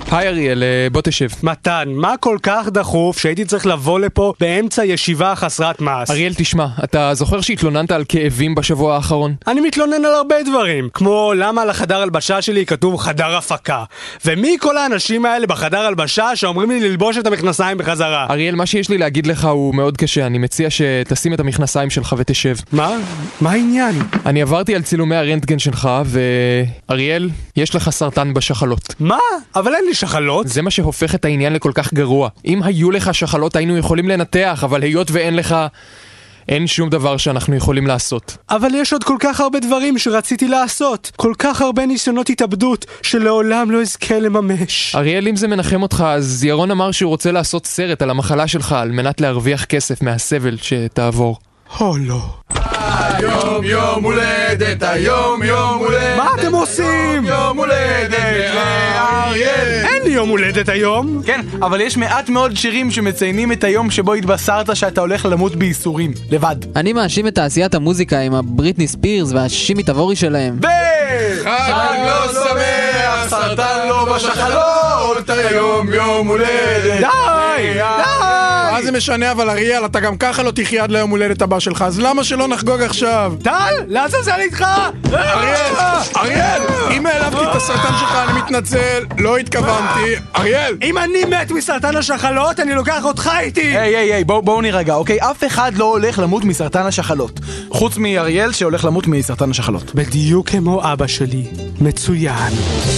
היי אריאל, בוא תשב. מתן, מה כל כך דחוף שהייתי צריך לבוא לפה באמצע ישיבה חסרת מעש? אריאל, תשמע, אתה זוכר שהתלוננת על כאבים בשבוע האחרון? אני מתלונן על הרבה דברים, כמו למה על החדר הלבשה שלי כתוב חדר הפקה, ומי כל האנשים האלה בחדר הלבשה שאומרים לי ללבוש את המכנסיים בחזרה? אריאל, מה שיש לי להגיד לך הוא מאוד קשה, אני מציע שתשים את המכנסיים שלך ותשב. מה? מה העניין? אני עברתי על צילומי הרנטגן שלך אריאל, יש לך סרטן בשחלות. מה? אבל אין לי שחלות. זה מה שהופך את העניין לכל כך גרוע. אם היו לך שחלות היינו יכולים לנתח, אבל היות ואין לך, אין שום דבר שאנחנו יכולים לעשות. אבל יש עוד כל כך הרבה דברים שרציתי לעשות. כל כך הרבה ניסיונות התאבדות שלעולם לא אזכה לממש. אריאל, אם זה מנחם אותך, אז ירון אמר שהוא רוצה לעשות סרט על המחלה שלך על מנת להרוויח כסף מהסבל שתעבור. לא. היום יום הולדת, היום יום הולדת. מה אתם עושים? יום הולדת לאריאל. אין לי יום הולדת היום. כן, אבל יש מעט מאוד שירים שמציינים את היום שבו התבשרת שאתה הולך למות בייסורים, לבד. אני מאשים את תעשיית המוזיקה עם הבריטני ספירס והשימי תבורי שלהם. חג לא שמח, סרטן לא בשחלות, היום יום הולדת. די! מה זה משנה, אבל אריאל, אתה גם ככה לא תחיה עד ליום הולדת הבא שלך, אז למה שלא נחגוג עכשיו? טל, לעזאזל איתך! אריאל, אם העלבתי את הסרטן שלך, אני מתנצל, לא התכוונתי. אריאל! אם אני מת מסרטן השחלות, אני לוקח אותך איתי! היי, בואו נירגע, אוקיי? אף אחד לא הולך למות מסרטן השחלות. חוץ מאריאל שהולך למות מסרטן השחלות. בדיוק כמו אבא שלי. מצוין.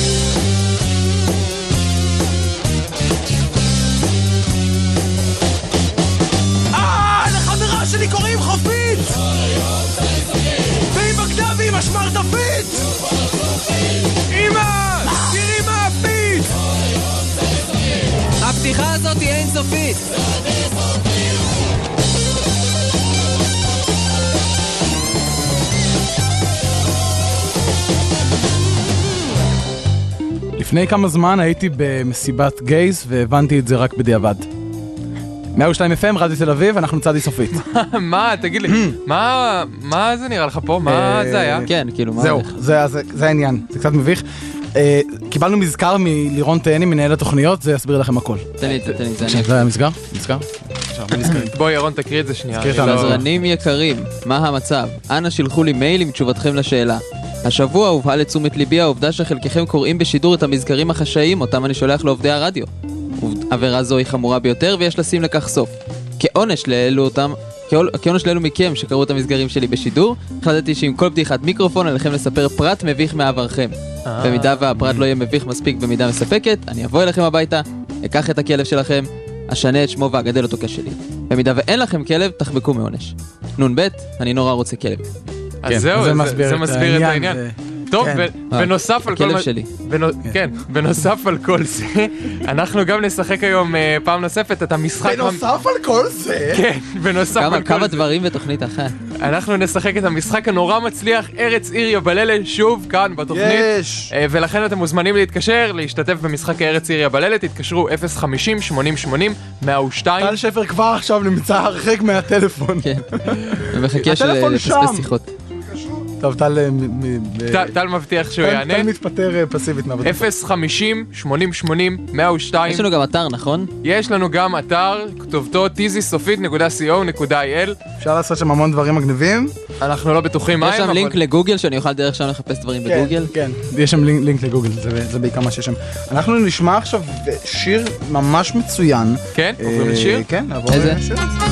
לחברה שלי קוראים חופית! והיא בגדה והיא משמרטפית! אמא! תראי מה הפית! הפתיחה הזאת היא אינסופית. לפני כמה זמן הייתי במסיבת גייז והבנתי את זה רק בדיעבד. 102 FM, רדיו תל אביב, אנחנו צדי סופית. מה? תגיד לי, מה זה נראה לך פה? מה זה היה? כן, כאילו, מה זהו, הולך? זה העניין, זה קצת מביך. קיבלנו מזכר מלירון תהני, מנהל התוכניות, זה יסביר לכם הכל. תן לי, זה היה מזכר? מזכר? בוא ירון, תקריא את זה שנייה. מזרנים יקרים, מה המצב? אנא שילחו לי מייל עם תשובתכם לשאלה. השבוע הובאה לתשומת ליבי העובדה שחלקכם קוראים בשידור את המזכרים החשאיים אותם אני שולח לעובדי הרדיו. עבירה זו היא חמורה ביותר ויש לשים לכך סוף. כעונש לאלו מכם שקראו את המסגרים שלי בשידור, החלטתי שעם כל פתיחת מיקרופון עליכם לספר פרט מביך מעברכם. במידה והפרט לא יהיה מביך מספיק במידה מספקת, אני אבוא אליכם הביתה, אקח את הכלב שלכם, אשנה את שמו ואגדל אותו כשלי. במידה ואין לכם כלב, תחבקו מעונש. נ"ב, אני נורא רוצה כלב. אז זהו, זה מסביר את העניין. טוב, בנוסף על כל מה... שלי. כן, בנוסף על כל זה, אנחנו גם נשחק היום פעם נוספת את המשחק... בנוסף על כל זה? כן, בנוסף על כל זה. כמה דברים בתוכנית אחת. אנחנו נשחק את המשחק הנורא מצליח, ארץ עיר יבללה, שוב כאן בתוכנית. יש! ולכן אתם מוזמנים להתקשר, להשתתף במשחק ארץ עיר יבללה, תתקשרו 050-80-80-102. טל שפר כבר עכשיו נמצא הרחק מהטלפון. כן. ומחכה לפספס שיחות. טוב, טל מבטיח שהוא יענה. טל מתפטר פסיבית מהעבודה. 050-80-80-102. יש לנו גם אתר, נכון? יש לנו גם אתר, כתובתו tizysofit.co.il. אפשר לעשות שם המון דברים מגניבים. אנחנו לא בטוחים מה הם, יש שם לינק לגוגל שאני אוכל דרך שם לחפש דברים בגוגל. כן, יש שם לינק לגוגל, זה בעיקר מה שיש שם. אנחנו נשמע עכשיו שיר ממש מצוין. כן? עוברים לשיר? כן, נעבור איזה? לשיר.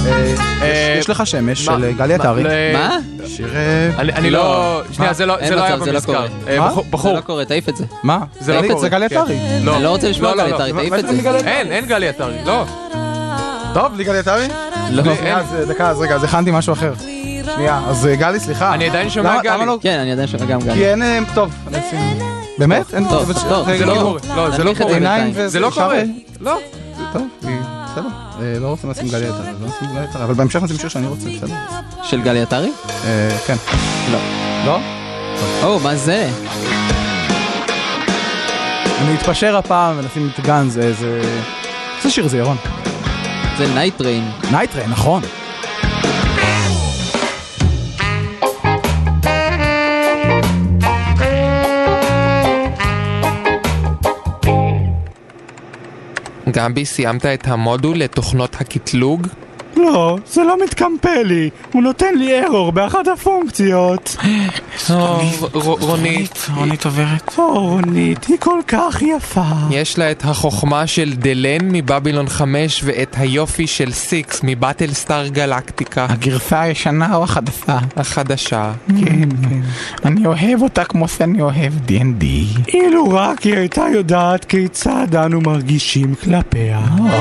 יש לך שמש של גלי עטרי. מה? שיר... אני לא... שנייה, זה לא היה במזכר. זה לא קורה, תעיף את זה. מה? זה לא קורה. זה גלי עטרי. אני לא רוצה לשמוע גלי עטרי, תעיף את זה. אין גלי עטרי, לא. טוב, בלי גלי עטרי? לא. דקה, אז רגע, אז הכנתי משהו אחר. שנייה, אז גלי, סליחה. אני עדיין שומע גלי. כן, אני עדיין שומע גם גלי. כי אין... טוב, אני אשים... באמת? טוב, זה לא קורה. לא, זה לא קורה. זה לא קורה. לא. טוב, בסדר. לא רוצים לשים גלי עטרי, אבל בהמשך נשים שיר שאני רוצה, בסדר. של גלי עטרי? כן. לא. לא? או, מה זה? אני אתפשר הפעם ונשים את גנז, איזה שיר זה, ירון? זה נייט ריין. נייט ריין, נכון. גבי, סיימת את המודול לתוכנות הקטלוג? לא, זה לא מתקמפה לי. הוא נותן לי ארור באחת הפונקציות. רונית. רונית עוברת. רונית, היא כל כך יפה. יש לה את החוכמה של דלן מבבילון 5 ואת היופי של סיקס מבטל סטאר גלקטיקה. הגרסה הישנה או החדשה? החדשה. כן, כן. אני אוהב אותה כמו שאני אוהב D&D. אילו רק היא הייתה יודעת כיצד אנו מרגישים כלפיה.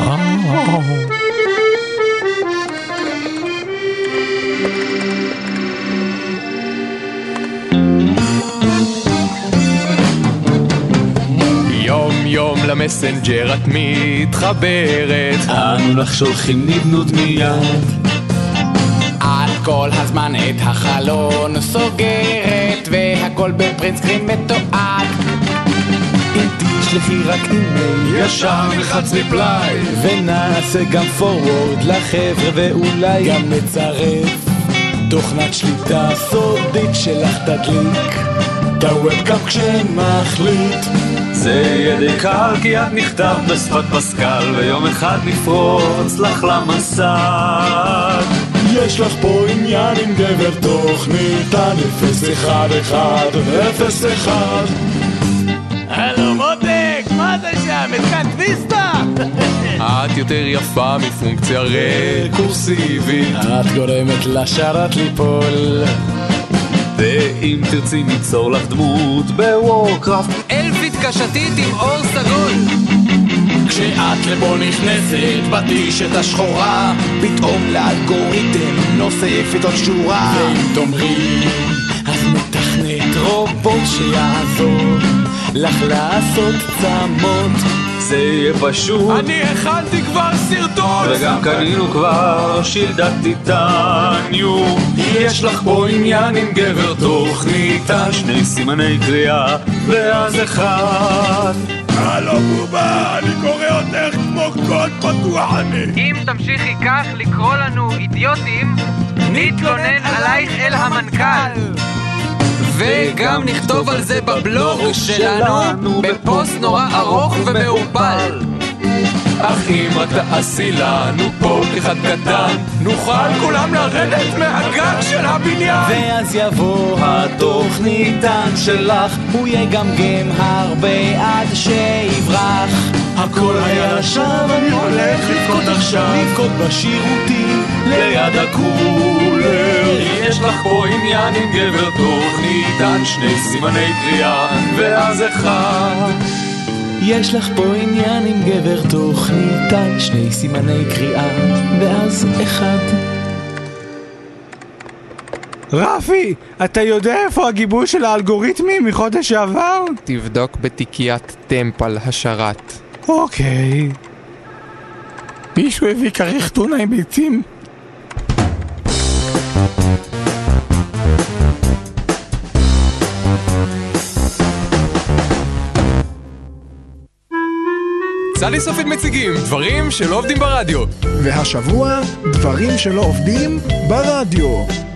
יום למסנג'ר את מתחברת, אנו לך שולחים נדנות מיד. את כל הזמן את החלון סוגרת, והכל בפרינט סקרין מתועד. אם תשלחי רק אימייל ישר לחץ ריפליי, ונעשה גם פורוורד לחבר'ה, ואולי גם נצרף תוכנת שליטה סודית שלך תדליק את הוובקאם כשנחליט. זה יהיה די קל כי את נכתב בשפת פסקל, ויום אחד נפרוץ לך למסד. יש לך פה עניין עם גבר תוכנית 01101. הלו מותק, מה זה שם? התקן טוויסטה? את יותר יפה מפונקציה רקורסיבית, את גורמת לשרת ליפול. ואם תרצי ניצור לך דמות בוורקראפט אלפית קשתית עם אור סגול, כשאת לבו נכנסת בטישת השחורה, פתאום לאלגוריתם נוספת עוד שורה. ואם תאמרי אז מתכנת רובוט שיעזור לך לעשות צמות, זה יהיה פשוט. אני הכנתי כבר סרטון וגם קנינו כבר שילדת טיטניום. יש לך פה עניין עם גבר תוכניתה, 2 סימני קריאה ואז 1. הלו בובה, אני קורא אותך כמו קוד פתוח אני. אם תמשיכי כך לקרוא לנו אידיוטים, נתלונן עלייך אל המנכ"ל, וגם נכתוב על זה בבלוג שלנו בפוסט נורא ארוך ומעורפל. אך אם את תעשי לנו פה אחד קטן, נוכל כולם לרדת מהגג של הבניין. ואז יבוא התוכניתן שלך, הוא יגמגם הרבה עד שיברח. הכל היה לשווא, אני הולך לבכות עכשיו, לבכות בשירותים ליד הקולר. יש לך פה עניין עם גבר תוכניתן, 2 סימני קריאה ואז 1. יש לך פה עניין עם גבר תוכניתן, 2 סימני קריאה ואז 1. רפי, אתה יודע איפה הגיבוש של האלגוריתמים מחודש שעבר? תבדוק בתיקיית טמפל השרת. אוקיי. מישהו הביא כריך טונה עם ביצים? סלי סופית מציגים דברים שלא עובדים ברדיו. והשבוע, דברים שלא עובדים ברדיו.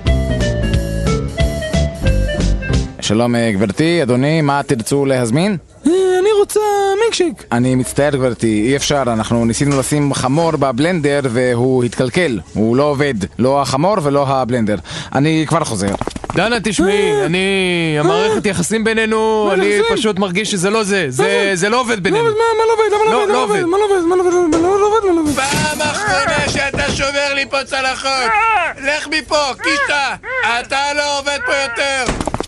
שלום גברתי, אדוני, מה תרצו להזמין? אני רוצה מילקשייק. אני מצטער גברתי, אי אפשר, אנחנו ניסינו לשים חמור בבלנדר והוא התקלקל, הוא לא עובד, לא החמור ולא הבלנדר. אני כבר חוזר. דנה, תשמעי, המערכת יחסים בינינו, אני פשוט מרגיש שזה לא זה, זה לא עובד בינינו. מה לא עובד? לא עובד. פעם אחרונה שאתה שובר לי פה צלחות, לך מפה, קישטה, אתה לא עובד פה יותר.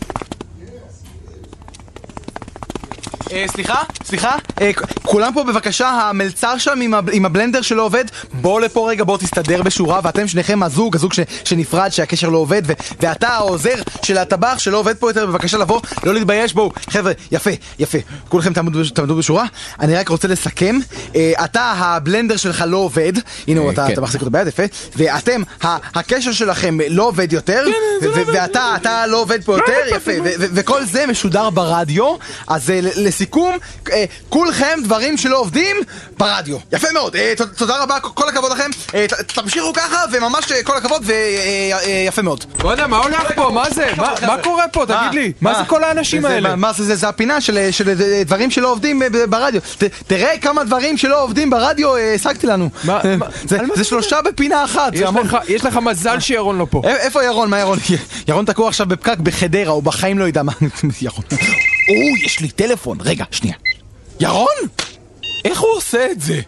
סליחה, כולם פה בבקשה, המלצר שם עם הבלנדר שלא עובד, בוא לפה רגע, בוא תסתדר בשורה, ואתם שניכם הזוג שנפרד, שהקשר לא עובד, ואתה העוזר של הטבח שלא עובד פה יותר, בבקשה לבוא, לא להתבייש, בואו, חבר'ה, יפה, כולכם תעמדו בשורה, אני רק רוצה לסכם, אתה הבלנדר שלך לא עובד, הנה אתה מחזיק אותו ביד, יפה, ואתם, הקשר שלכם לא עובד יותר, ואתה לא עובד פה יותר, יפה, וכל זה משודר ברדיו, אז לסיכום, כולכם דברים שלא עובדים ברדיו. יפה מאוד, תודה רבה, כל הכבוד לכם. תמשיכו ככה, וממש כל הכבוד, ויפה מאוד. לא יודע, מה הולך פה? מה זה? מה קורה פה? תגיד לי. מה זה כל האנשים האלה? מה זה? זה הפינה של דברים שלא עובדים ברדיו. תראה כמה דברים שלא עובדים ברדיו השגתי לנו. זה 3 בפינה אחת. יש לך מזל שירון לא פה. איפה ירון? מה ירון? ירון תקוע עכשיו בפקק בחדרה, הוא בחיים לא ידע מה... ירון. יש לי טלפון. רגע, שנייה. ירון? איך הוא עושה את זה?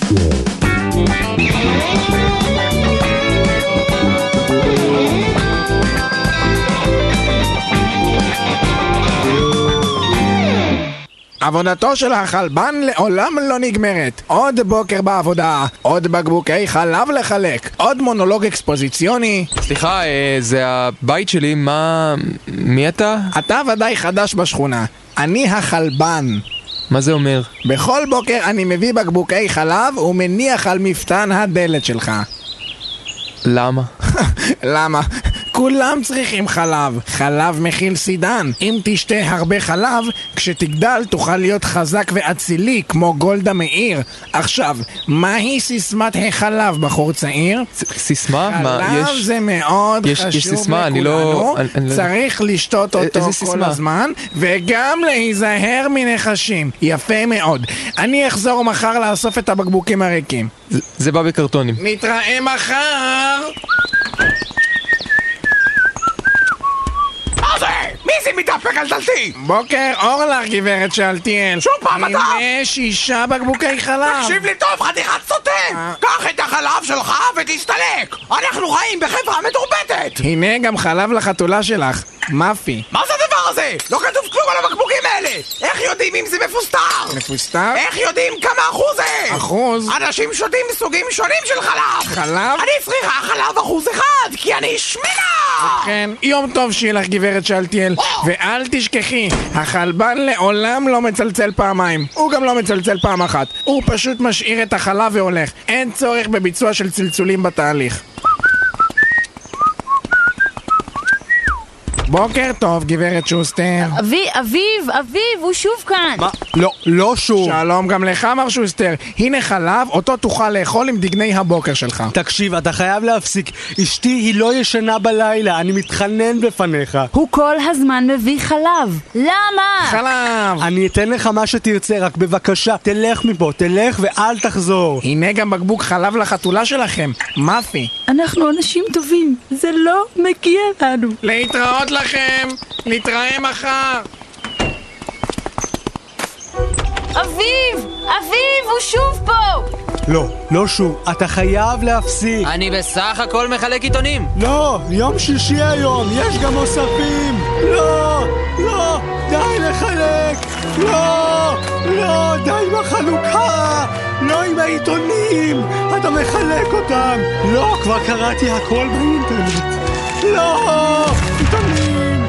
עבודתו של החלבן לעולם לא נגמרת. עוד בוקר בעבודה, עוד בקבוקי חלב לחלק, עוד מונולוג אקספוזיציוני. סליחה, זה הבית שלי, מי אתה? אתה ודאי חדש בשכונה. אני החלבן. מה זה אומר? בכל בוקר אני מביא בקבוקי חלב ומניח על מפתן הדלת שלך. למה? למה? כולם צריכים חלב. חלב מכיל סידן. אם תשתה הרבה חלב, כשתגדל תוכל להיות חזק ואצילי כמו גולדה מאיר. עכשיו, מהי סיסמת החלב, בחור צעיר? סיסמה? חלב זה מאוד חשוב לכולנו. צריך לשתות אותו כל הזמן, וגם להיזהר מנחשים. יפה מאוד. אני אחזור מחר לאסוף את הבקבוקים הריקים. זה בא בקרטונים. נתראה מחר! מי זה מתאפק על דלתי? בוקר אור לך, גברת שאלתיאל. שוב פעם אתה? הנה 6 בקבוקי חלב. תקשיב לי טוב, חתיכת סוטן! קח את החלב שלך ותסתלק! אנחנו חיים בחברה מתורבתת! הנה גם חלב לחתולה שלך, מאפי. מה זה הדבר הזה? לא כתוב כלום על הבקבוקים האלה! איך יודעים אם זה מפוסטר? מפוסטר? איך יודעים כמה אחוז זה? אחוז? אנשים שותים סוגים שונים של חלב! חלב? אני צריכה חלב 1%, כי אני שמנה! כן, יום טוב שיהיה לך, גברת שאלתיאל. ואל תשכחי, החלבן לעולם לא מצלצל פעמיים. הוא גם לא מצלצל פעם אחת. הוא פשוט משאיר את החלב והולך. אין צורך בביצוע של צלצולים בתהליך. בוקר טוב, גברת שוסטר. אביב, הוא שוב כאן. מה? לא שוב. שלום גם לך, מר שוסטר. הנה חלב, אותו תוכל לאכול עם דגני הבוקר שלך. תקשיב, אתה חייב להפסיק. אשתי היא לא ישנה בלילה, אני מתחנן בפניך. הוא כל הזמן מביא חלב. למה? חלב. אני אתן לך מה שתרצה, רק בבקשה, תלך מפה, תלך ואל תחזור. הנה גם בקבוק חלב לחתולה שלכם, מאפי. אנחנו אנשים טובים, זה לא מגיע לנו. להתראות לכם, נתראה מחר. אביב, הוא שוב פה. לא שוב, אתה חייב להפסיק. אני בסך הכל מחלק עיתונים. לא, יום שישי היום, יש גם מוספים. לא, די לחלק. לא, די עם החלוקה. לא עם העיתונים, אתה מחלק אותם. לא, כבר קראתי הכל באינטרנט. לא, עיתונים.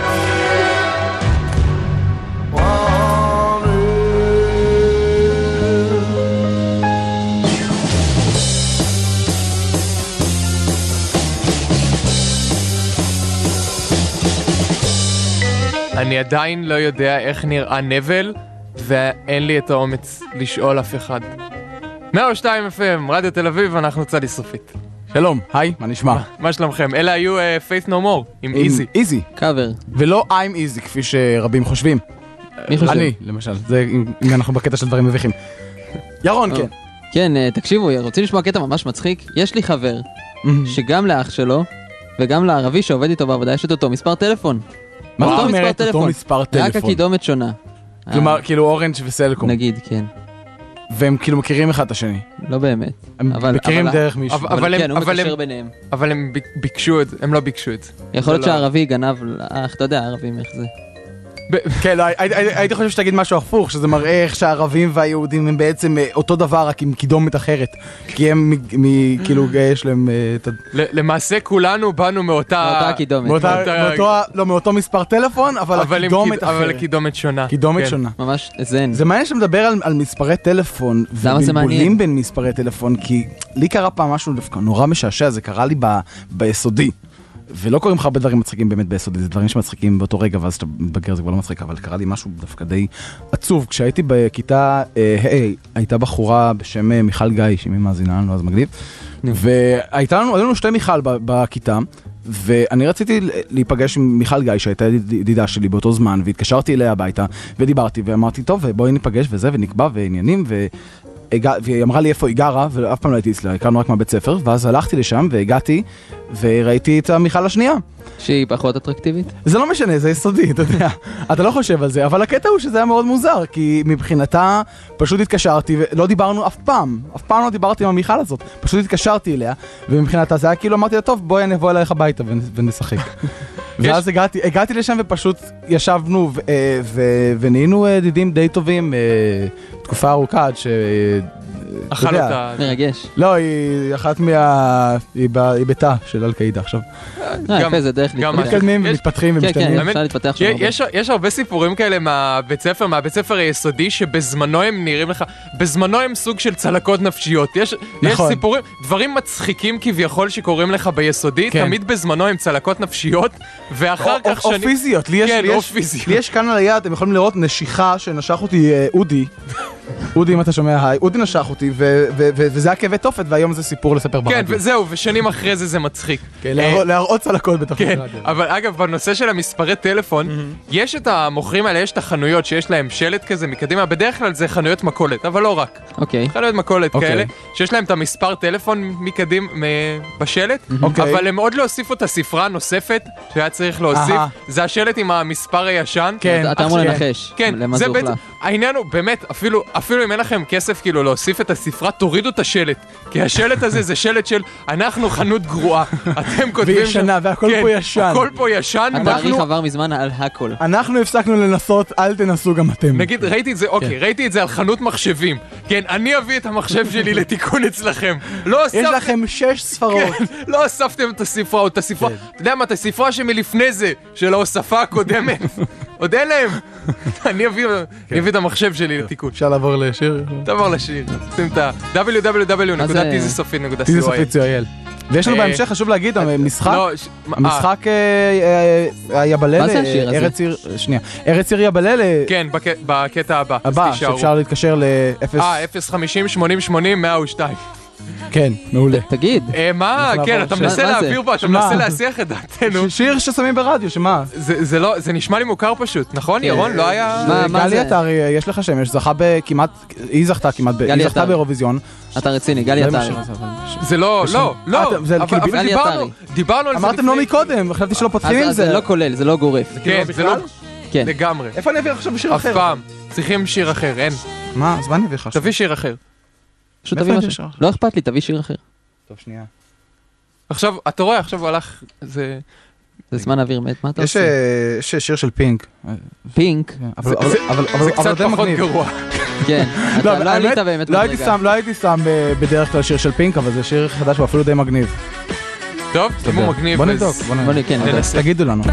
אני עדיין לא יודע איך נראה נבל, ואין לי את האומץ לשאול אף אחד. 102 FM, רדיו תל אביב, אנחנו צדי סופית. שלום, היי, מה נשמע? מה שלומכם? אלה היו Faith No More, עם איזי. איזי. קאבר. ולא I'm easy, כפי שרבים חושבים. מי חושב? אני, למשל. זה אם אנחנו בקטע של דברים מביכים. ירון, כן. כן, תקשיבו, רוצים לשמוע קטע ממש מצחיק? יש לי חבר, שגם לאח שלו, וגם לערבי שעובד איתו בעבודה, יש את אותו מספר טלפון. מה זאת אומרת אותו מספר טלפון? רק הקידומת שונה. כלומר, כאילו אורנג' וסלקום. נגיד, כן. והם כאילו מכירים אחד את השני. לא באמת. הם מכירים דרך מישהו. אבל כן, הוא מקשר ביניהם. אבל הם ביקשו את זה, הם לא ביקשו את זה. יכול להיות שהערבי גנב לאח, אתה יודע, הערבים איך זה. כן, הייתי חושב שתגיד משהו הפוך, שזה מראה איך שהערבים והיהודים הם בעצם אותו דבר, רק עם קידומת אחרת. כי הם כאילו יש להם... למעשה כולנו באנו מאותה קידומת. לא, מאותו מספר טלפון, אבל הקידומת אחרת. אבל קידומת שונה. קידומת שונה. ממש זן. זה מעניין שמדבר על מספרי טלפון, ובלבולים בין מספרי טלפון, כי לי קרה פעם משהו דווקא נורא משעשע, זה קרה לי ביסודי. ולא קוראים לך הרבה דברים מצחיקים באמת ביסודי, זה דברים שמצחיקים באותו רגע, ואז שאתה מתבגר זה כבר לא מצחיק, אבל קרה לי משהו דווקא די עצוב. כשהייתי בכיתה, הייתה בחורה בשם מיכל גיא, שמי מאזינה לנו, אז מגניב, והיו לנו שתי מיכל בכיתה, ואני רציתי להיפגש עם מיכל גיא, שהייתה ידידה שלי באותו זמן, והתקשרתי אליה הביתה, ודיברתי, ואמרתי, טוב, בואי ניפגש וזה, ונקבע, ועניינים, והיא אמרה לי איפה היא גרה, ואף פעם לא הייתי אצלה, הכרנו רק מהבית ספר, ואז הלכתי לשם, והגעתי, וראיתי את המיכל השנייה. שהיא פחות אטרקטיבית? זה לא משנה, זה יסודי, אתה יודע, אתה לא חושב על זה, אבל הקטע הוא שזה היה מאוד מוזר, כי מבחינתה פשוט התקשרתי, ולא דיברנו אף פעם לא דיברתי עם המיכל הזאת, פשוט התקשרתי אליה, ומבחינתה זה היה כאילו אמרתי לה, טוב, בואי נבוא אלייך הביתה ונשחק. ואז הגעתי לשם ופשוט ישבנו ונהיינו ידידים די טובים, תקופה ארוכה עד ש... אכל אותה. מרגש. לא, היא אחת היא ביתה של אל-קאידה עכשיו. יפה, זה דרך להתפתח. מתקדמים ומתפתחים ומשתנים. כן, אפשר להתפתח שם הרבה. יש הרבה סיפורים כאלה מהבית ספר היסודי, שבזמנו הם נראים לך, בזמנו הם סוג של צלקות נפשיות. יש סיפורים, דברים מצחיקים כביכול שקוראים לך ביסודי, תמיד בזמנו הם צלקות נפשיות, ואחר כך או פיזיות. לי יש כאן על היד, אתם יכולים לראות נשיכה שנשך אותי אודי. אודי, אם אתה שומע, היי, אודי נשך אותי, וזה היה כאבי תופת, והיום זה סיפור לספר ברדיו. כן, וזהו, ושנים אחרי זה מצחיק. כן, להראות צלקות בתוך הרדיו. אבל אגב, בנושא של המספרי טלפון, יש את המוכרים האלה, יש את החנויות שיש להם שלט כזה מקדימה, בדרך כלל זה חנויות מכולת, אבל לא רק. חנויות מכולת כאלה, שיש להם את המספר טלפון מקדים בשלט, אבל הם עוד לא הוסיפו את הספרה הנוספת שהיה צריך להוסיף, זה השלט עם המספר הישן. אתה אמור לנחש. כן, זה בעצם, העניין הוא באמת, אפילו אם אין לכם כסף כאילו להוסיף את הספרה, תורידו את השלט, כי השלט הזה זה שלט של אנחנו חנות גרועה, אתם כותבים וישנה, והכל פה ישן. הכל פה ישן. התאריך עבר מזמן על הכל. אנחנו הפסקנו לנסות, אל תנסו גם אתם. נגיד, ראיתי את זה על חנות מחשבים, כן, אני אביא את המחשב שלי לתיקון אצלכם. יש לכם 6 ספרות. לא הוספתם את הספרה, אתה יודע מה, את הספרה שמלפני זה, של ההוספה הקודמת, עוד אין להם. אני אביא את המחשב שלי לתיקון. אפשר לעבור לשיר? תעבור לשיר. שים את www.tizisofit.co.il. ויש לנו בהמשך, חשוב להגיד, משחק יבללה, ארץ עיר יבללה. כן, בקטע הבא, שאפשר להתקשר ל-0... 050-80-80-102. כן, מעולה. תגיד. מה? כן, אתה מנסה להעביר פה, אתה מנסה להסיח את דעתנו. שיר ששמים ברדיו, שמה? זה נשמע לי מוכר פשוט, נכון? ירון, לא היה... גלי עטרי, יש לך שם, היא זכתה כמעט, היא זכתה באירוויזיון. אתה רציני, גלי עטרי. זה לא, אבל דיברנו על זה. אמרתם לא מקודם, חשבתי שלא פותחים עם זה. זה לא כולל, זה לא גורף. כן, זה לא... לגמרי. איפה אני אביא עכשיו שיר אחר? אף פעם. צריכים שיר אחר, אין. מה? אז מה אני אביא לך? תביא שיר אחר. לא אכפת לי, תביא שיר אחר. טוב, שנייה. עכשיו, אתה רואה, עכשיו הוא הלך, זה זמן אוויר מת, מה אתה עושה? יש שיר של פינק. פינק? זה קצת פחות גרוע. כן, אתה לא עלית באמת מדרגה. לא הייתי שם בדרך כלל שיר של פינק, אבל זה שיר חדש ואפילו די מגניב. טוב, אם הוא מגניב, בוא נבדוק, תגידו לנו.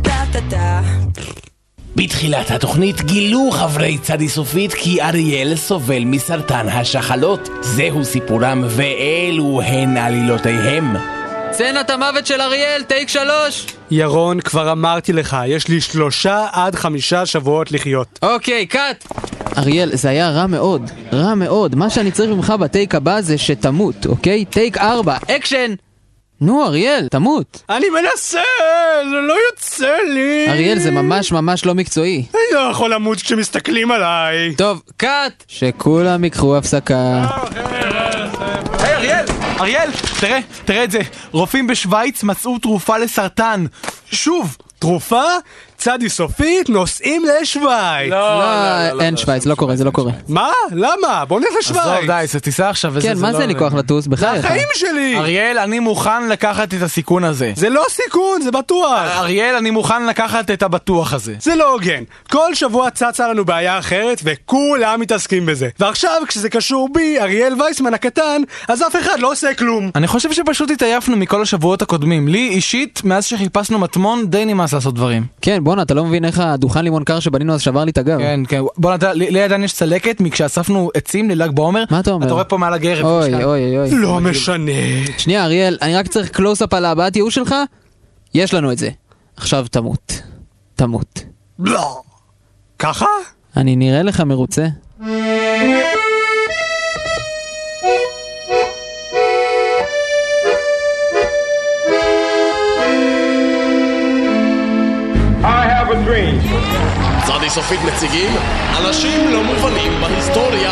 בתחילת התוכנית גילו חברי צדי סופית כי אריאל סובל מסרטן השחלות. זהו סיפורם ואלו הן עלילותיהם. סצנת המוות של אריאל, טייק 3. ירון, כבר אמרתי לך, יש לי 3 עד 5 שבועות לחיות. אוקיי, קאט. אריאל, זה היה רע מאוד, רע מאוד. מה שאני צריך ממך בטייק הבא זה שתמות, אוקיי? טייק 4, אקשן! נו, אריאל, תמות. אני מנסה, זה לא יוצא לי. אריאל, זה ממש ממש לא מקצועי. אני לא יכול למות כשמסתכלים עליי. טוב, קאט! שכולם יקחו הפסקה. היי, אריאל, תראה את זה. רופאים בשוויץ מצאו תרופה לסרטן. שוב, תרופה? צדי סופית נוסעים לשוויץ. לא, אין שוויץ, לא קורה, זה לא קורה. מה? למה? בוא נלך לשוויץ. אז לא, די, תיסע עכשיו וזה. כן, מה זה לי כוח לטוס? בחייך. זה החיים שלי. אריאל, אני מוכן לקחת את הסיכון הזה. זה לא סיכון, זה בטוח. אריאל, אני מוכן לקחת את הבטוח הזה. זה לא הוגן. כל שבוע צצה לנו בעיה אחרת וכולם מתעסקים בזה. ועכשיו, כשזה קשור בי, אריאל וייסמן הקטן, אז אף אחד לא עושה כלום. אני חושב שפשוט התעייפנו מכל השבועות הקודמים. לי אישית, מאז שחיפשנו מטמון, די נמאס לעשות דברים. כן, בונה, אתה לא מבין איך הדוכן לימון קר שבנינו אז שבר לי את הגב. כן, כן. בוא נדע, לידן יש צלקת מכשאספנו עצים לל"ג בעומר. מה אתה אומר? אתה רואה פה מעל הגרב. אוי. לא משנה. שנייה, אריאל, אני רק צריך קלוס-אפ על הבעת ייאוש שלך. יש לנו את זה. עכשיו תמות. תמות. לא. ככה? אני נראה לך מרוצה? צדי סופית מציגים אנשים לא מובנים בהיסטוריה.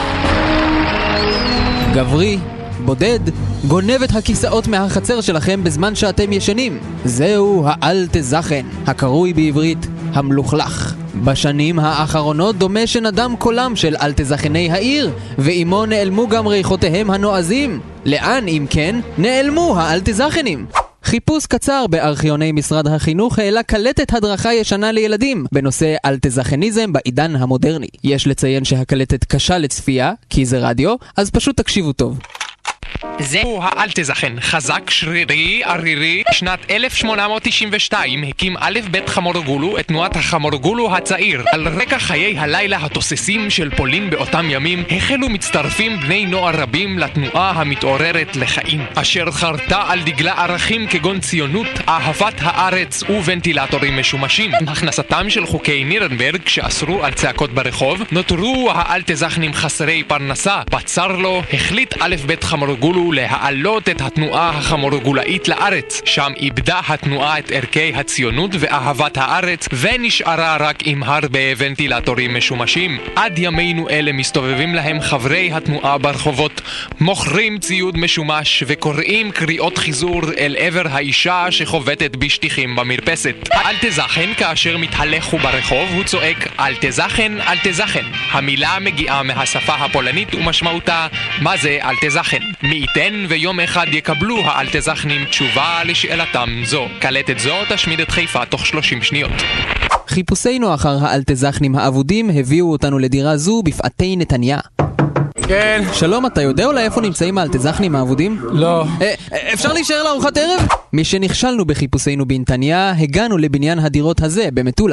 גברי, בודד, גונב את הכיסאות מהחצר שלכם בזמן שאתם ישנים. זהו האלטזכן, הקרוי בעברית המלוכלך. בשנים האחרונות דומה שנדם קולם של אלטזכני העיר, ואימו נעלמו גם ריחותיהם הנועזים. לאן, אם כן, נעלמו האלטזכנים? חיפוש קצר בארכיוני משרד החינוך העלה קלטת הדרכה ישנה לילדים בנושא אלטזכניזם בעידן המודרני. יש לציין שהקלטת קשה לצפייה, כי זה רדיו, אז פשוט תקשיבו טוב. זהו האלטזכן, חזק, שרירי, ערירי. שנת 1892 הקים א' ב' חמורגולו את תנועת החמורגולו הצעיר. על רקע חיי הלילה התוססים של פולין באותם ימים, החלו מצטרפים בני נוער רבים לתנועה המתעוררת לחיים, אשר חרתה על דגלה ערכים כגון ציונות, אהבת הארץ וונטילטורים משומשים. עם הכנסתם של חוקי נירנברג שאסרו על צעקות ברחוב, נותרו האלטזכנים חסרי פרנסה. בצר לו, החליט א' ב' חמורגולו להעלות את התנועה החמורגולאית לארץ. שם איבדה התנועה את ערכי הציונות ואהבת הארץ, ונשארה רק עם הרבה ונטילטורים משומשים. עד ימינו אלה מסתובבים להם חברי התנועה ברחובות, מוכרים ציוד משומש וקוראים קריאות חיזור אל עבר האישה שחובטת בשטיחים במרפסת. אלטזכן כאשר מתהלך ברחוב הוא צועק אלטזכן, אלטזכן. המילה מגיעה מהשפה הפולנית ומשמעותה מה זה אלטזכן. מי ייתן ויום אחד יקבלו האלטזכנים תשובה לשאלתם זו. קלטת זו תשמיד את חיפה תוך 30 שניות. חיפושינו אחר האלטזכנים האבודים הביאו אותנו לדירה זו בפאתי נתניה. כן. שלום, אתה יודע אולי איפה נמצאים האלטזכנים האבודים? לא. אפשר להישאר לארוחת ערב? משנכשלנו בחיפושינו בנתניה, הגענו לבניין הדירות הזה במטולה.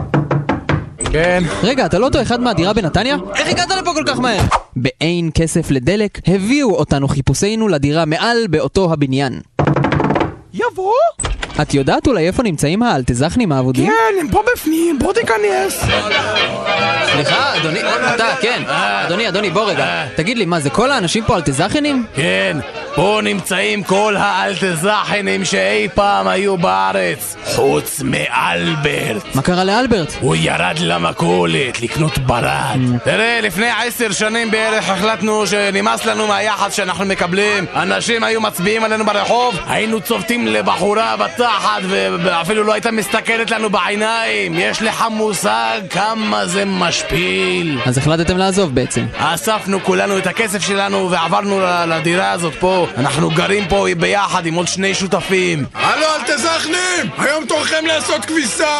כן. רגע, אתה לא אותו אחד מהדירה בנתניה? איך הגעת לפה כל כך מהר? באין כסף לדלק, הביאו אותנו חיפושינו לדירה מעל באותו הבניין. יבוא? את יודעת אולי איפה נמצאים האלטזכנים האבודים? כן, הם פה בפנים, בוא תיכנס. סליחה, אדוני, אתה, כן. אדוני, בוא רגע. תגיד לי, מה זה, כל האנשים פה אלטזכנים? כן, פה נמצאים כל האלטזכנים שאי פעם היו בארץ, חוץ מאלברט. מה קרה לאלברט? הוא ירד למכולת לקנות ברד. תראה, לפני 10 שנים בערך החלטנו שנמאס לנו מהיחס שאנחנו מקבלים. אנשים היו מצביעים עלינו ברחוב, היינו צובטים לבחורה בתחת ואפילו לא הייתה מסתכלת לנו בעיניים. יש לך מושג כמה זה משפיל. אז החלטתם לעזוב בעצם? אספנו כולנו את הכסף שלנו ועברנו לדירה הזאת פה. אנחנו גרים פה ביחד עם עוד 2 שותפים. הלו, אלטזכנים! היום תורכם לעשות כביסה!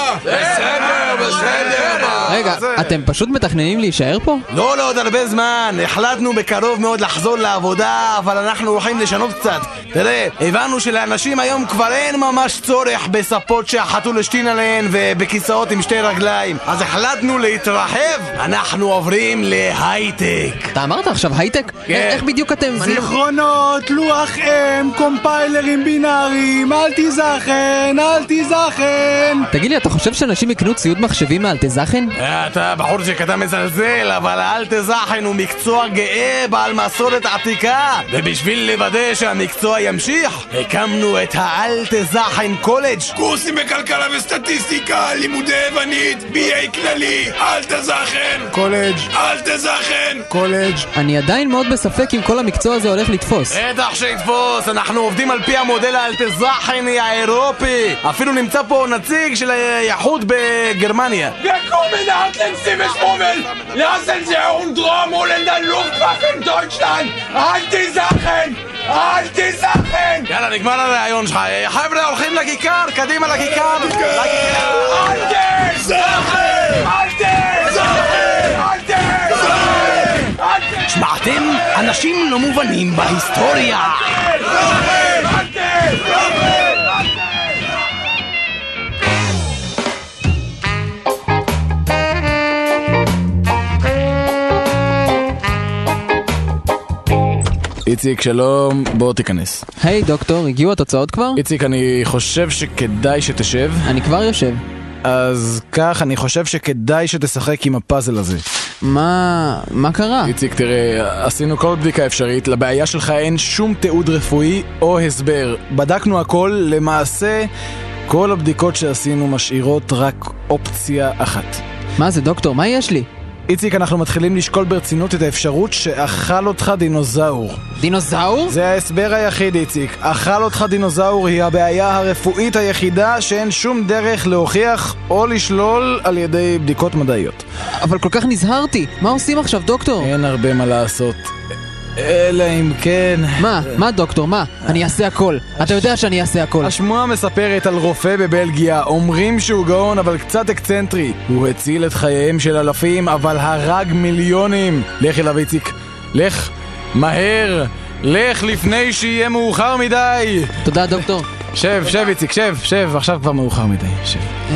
בסדר. רגע, אתם פשוט מתכננים להישאר פה? לא, עוד הרבה זמן. החלטנו בקרוב מאוד לחזור לעבודה, אבל אנחנו הולכים לשנות קצת. תראה, הבנו שלאנשים היום כבר אין ממש צורך בספות שהחתול השתין עליהן ובכיסאות עם 2 רגליים. אז החלטנו להתרחב. אנחנו עוברים להייטק. אתה אמרת עכשיו הייטק? כן. איך בדיוק אתם... זיכרונות, לוח אם, קומפיילרים בינאריים, אלטזכן. תגיד לי, אתה חושב שאנשים יקנו ציוד מחשבים מאלטזכן? אתה בחור שכתב מזלזל, אבל האלטזכן הוא מקצוע גאה בעל מסורת עתיקה, ובשביל לוודא שהמקצוע ימשיך הקמנו את האלטזכן קולג'. קורסים בכלכלה וסטטיסטיקה, לימודי יוונית, BA כללי, אלטזכן קולג'. אני עדיין מאוד בספק אם כל המקצוע הזה הולך לתפוס. בטח שיתפוס, אנחנו עובדים על פי המודל האלטזכני האירופי. אפילו נמצא פה נציג של היחוד בגרמניה. Willkommen Hartlenz Schmummel! Lassen Sie uns Drohmol in der Luftwaffe in Deutschland! אלטזכן! יאללה, נגמר הרעיון שלך. חבר'ה, הולכים לכיכר, קדימה לכיכר. שמעתם? אנשים לא מובנים בהיסטוריה. איציק, שלום, בוא תיכנס. היי דוקטור, הגיעו התוצאות כבר? איציק, אני חושב שכדאי שתשב. אני כבר יושב. אז כך, אני חושב שכדאי שתשחק עם הפאזל הזה. מה קרה? איציק, תראה, עשינו כל בדיקה אפשרית, לבעיה שלך אין שום תיעוד רפואי או הסבר. בדקנו הכל, למעשה, כל הבדיקות שעשינו משאירות רק אופציה אחת. מה זה דוקטור? מה יש לי? איציק, אנחנו מתחילים לשקול ברצינות את האפשרות שאכל אותך דינוזאור. דינוזאור? זה ההסבר היחיד, איציק. אכל אותך דינוזאור היא הבעיה הרפואית היחידה שאין שום דרך להוכיח או לשלול על ידי בדיקות מדעיות. אבל כל כך נזהרתי. מה עושים עכשיו, דוקטור? אין הרבה מה לעשות. אלא אם כן... מה דוקטור? מה? אני אעשה הכל. אתה יודע שאני אעשה הכל. השמועה מספרת על רופא בבלגיה. אומרים שהוא גאון אבל קצת אקצנטרי. הוא הציל את חייהם של אלפים אבל הרג מיליונים. לך אליו, איציק. לך. מהר. לך לפני שיהיה מאוחר מדי. תודה דוקטור. שב איציק, שב. עכשיו כבר מאוחר מדי. שב.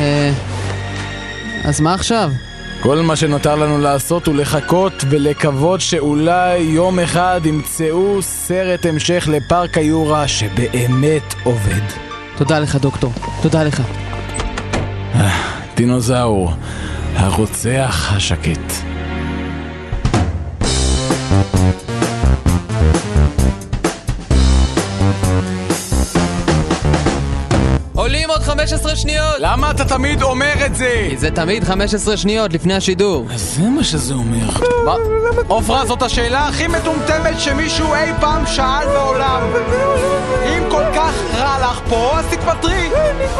אז מה עכשיו? כל מה שנותר לנו לעשות הוא לחכות ולקוות שאולי יום אחד ימצאו סרט המשך לפארק היורה שבאמת עובד. תודה לך דוקטור, תודה לך. דינוזאור, הרוצח השקט. עולים עוד 15 שניות! למה אתה תמיד אומר את זה? זה תמיד 15 שניות לפני השידור. זה מה שזה אומר. מה? עופרה, זאת השאלה הכי מטומטמת שמישהו אי פעם שאל בעולם. אם כל כך רע לך פה, אז תתפטרי.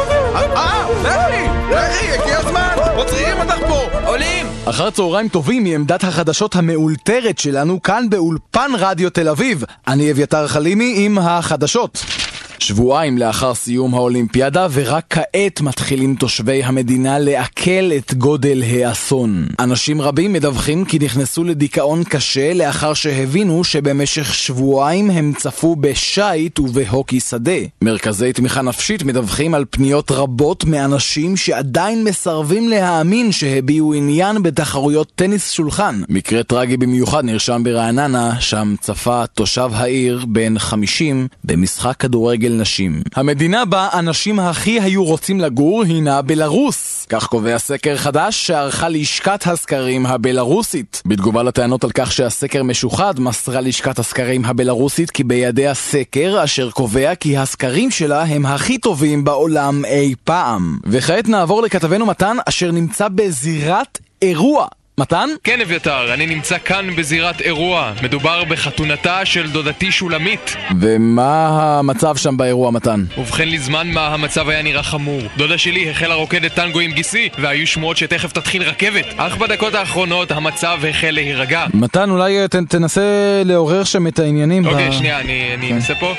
לכי, הגיע הזמן, עוצרים אותך פה. עולים! אחר צהריים טובים מעמדת החדשות המאולתרת שלנו כאן באולפן רדיו תל אביב. אני אביתר חלימי עם החדשות. שבועיים לאחר סיום האולימפיאדה ורק כעת מתחילים תושבי המדינה לעכל את גודל האסון. אנשים רבים מדווחים כי נכנסו לדיכאון קשה לאחר שהבינו שבמשך שבועיים הם צפו בשייט ובהוקי שדה. מרכזי תמיכה נפשית מדווחים על פניות רבות מאנשים שעדיין מסרבים להאמין שהביעו עניין בתחרויות טניס שולחן. מקרה טרגי במיוחד נרשם ברעננה, שם צפה תושב העיר בן 50 במשחק כדורגל נשים. המדינה בה אנשים הכי היו רוצים לגור הינה בלרוס. כך קובע סקר חדש שערכה לשכת הסקרים הבלרוסית. בתגובה לטענות על כך שהסקר משוחד, מסרה לשכת הסקרים הבלרוסית כי בידי הסקר אשר קובע כי הסקרים שלה הם הכי טובים בעולם אי פעם. וכעת נעבור לכתבנו מתן אשר נמצא בזירת אירוע. מתן? כן אביתר, אני נמצא כאן בזירת אירוע. מדובר בחתונתה של דודתי שולמית. ומה המצב שם באירוע, מתן? ובכן לזמן מה המצב היה נראה חמור. דודה שלי החלה רוקדת טנגו עם גיסי, והיו שמועות שתכף תתחיל רכבת. אך בדקות האחרונות המצב החל להירגע. מתן, אולי תנסה לעורר שם את העניינים. אוקיי, שנייה, אני אנסה פה.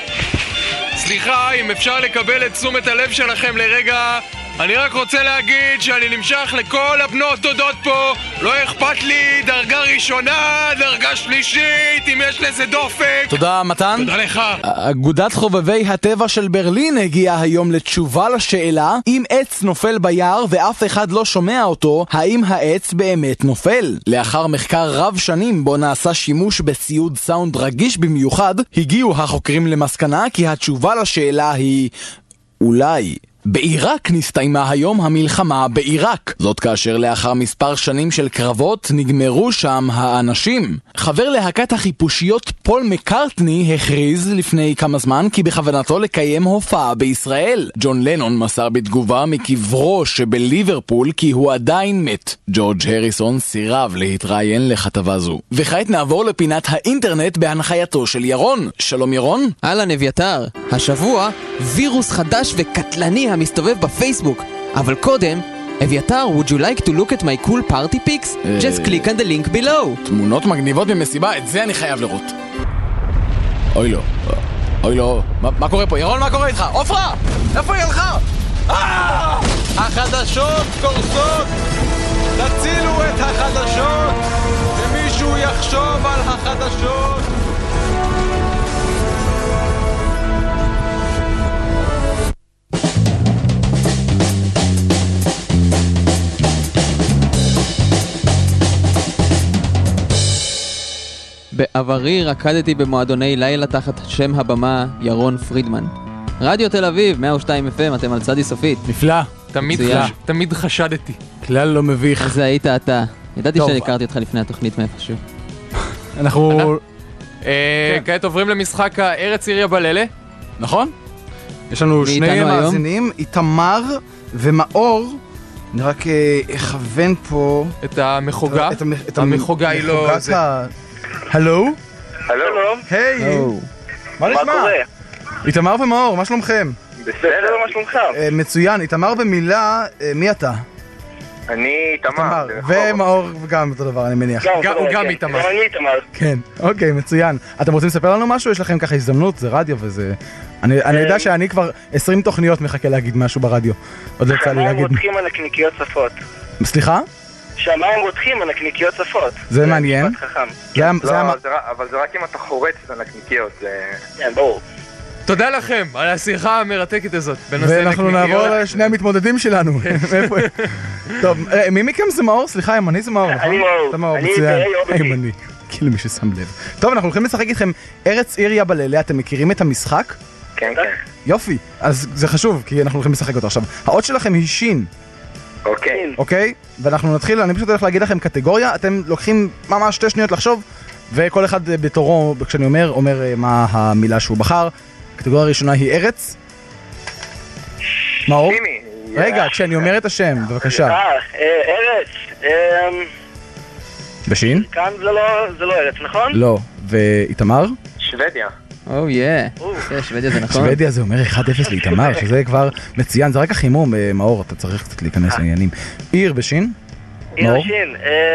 סליחה, אם אפשר לקבל את תשומת הלב שלכם לרגע. אני רק רוצה להגיד שאני נמשך לכל הבנות דודות פה. לא אכפת לי, דרגה ראשונה, דרגה שלישית, אם יש לזה דופק. תודה מתן. תודה לך. אגודת חובבי הטבע של ברלין הגיעה היום לתשובה לשאלה אם עץ נופל ביער ואף אחד לא שומע אותו, האם העץ באמת נופל? לאחר מחקר רב שנים בו נעשה שימוש בציוד סאונד רגיש במיוחד, הגיעו החוקרים למסקנה כי התשובה לשאלה היא אולי. בעיראק נסתיימה היום המלחמה בעיראק. זאת כאשר לאחר מספר שנים של קרבות נגמרו שם האנשים. חבר להקת החיפושיות פול מקארטני הכריז לפני כמה זמן כי בכוונתו לקיים הופעה בישראל. ג'ון לנון מסר בתגובה מקברו שבליברפול כי הוא עדיין מת. ג'ורג' הריסון סירב להתראיין לכתבה זו. וכעת נעבור לפינת האינטרנט בהנחייתו של ירון. שלום ירון. אהלן אביתר. השבוע וירוס חדש וקטלני המסתובב בפייסבוק. אבל קודם, אביתר, would you like to look at my cool party pics? Just click on the link below. תמונות מגניבות ממסיבה, את זה אני חייב לראות. אוי לא, אוי לא, מה קורה פה? ירון, מה קורה איתך? עופרה! איפה היא הלכה? החדשות קורסות! תצילו את החדשות! שמישהו יחשוב על החדשות! בעברי רקדתי במועדוני לילה תחת שם הבמה ירון פרידמן. רדיו תל אביב, 102 FM, אתם על צדי סופית. נפלא. תמיד חשדתי. כלל לא מביך. אז זה היית אתה. ידעתי שהכרתי אותך לפני התוכנית מאיפשהו. אנחנו... כעת עוברים למשחק הארץ עיר יבללה. נכון? יש לנו שני מאזינים, איתמר ומאור. אני רק אכוון פה... את המחוגה? המחוגה היא לא... הלו? הלו? היי! מה נשמע? איתמר ומאור, מה שלומכם? בסדר, מה שלומך? מצוין, איתמר במילה, מי אתה? אני איתמר. ומאור גם אותו דבר, אני מניח. הוא גם איתמר. אני איתמר. כן, אוקיי, מצוין. אתם רוצים לספר לנו משהו? יש לכם ככה הזדמנות, זה רדיו וזה... אני יודע שאני כבר 20 תוכניות מחכה להגיד משהו ברדיו. עוד לא יצא לי להגיד... שהמים רותחים על הקניקיות צפות. סליחה? שהמים רותחים על הקניקיות צפות. זה מעניין. אבל זה רק אם אתה חורץ על הקניקיות. כן, ברור. תודה לכם על השיחה המרתקת הזאת. ואנחנו נעבור לשני המתמודדים שלנו. טוב, מי מכם זה מאור? סליחה, ימני זה מאור, נכון? אני מאור. אתה מאור, מצוין. ימני. כאילו מי ששם לב. טוב, אנחנו הולכים לשחק איתכם ארץ עיר יבללה. אתם מכירים את המשחק? כן, כן. יופי, אז זה חשוב, כי אנחנו הולכים לשחק אותו עכשיו. האות שלכם היא שין. אוקיי? ואנחנו נתחיל, אני פשוט הולך להגיד לכם קטגוריה. אתם לוקחים ממש 2 שניות לחשוב, וכל אחד בתורו, כשאני אומר מה המילה שהוא בחר. הקטגוריה הראשונה היא ארץ. מאור? רגע, כשאני אומר את השם, בבקשה. ארץ. בשין? כאן זה לא ארץ, נכון? לא. ואיתמר? שוודיה. שוודיה זה נכון. שוודיה זה אומר 1-0 לאיתמר, שזה כבר מצוין, זה רק החימום, מאור, אתה צריך קצת להיכנס לעניינים. עיר בשין? עיר בשין.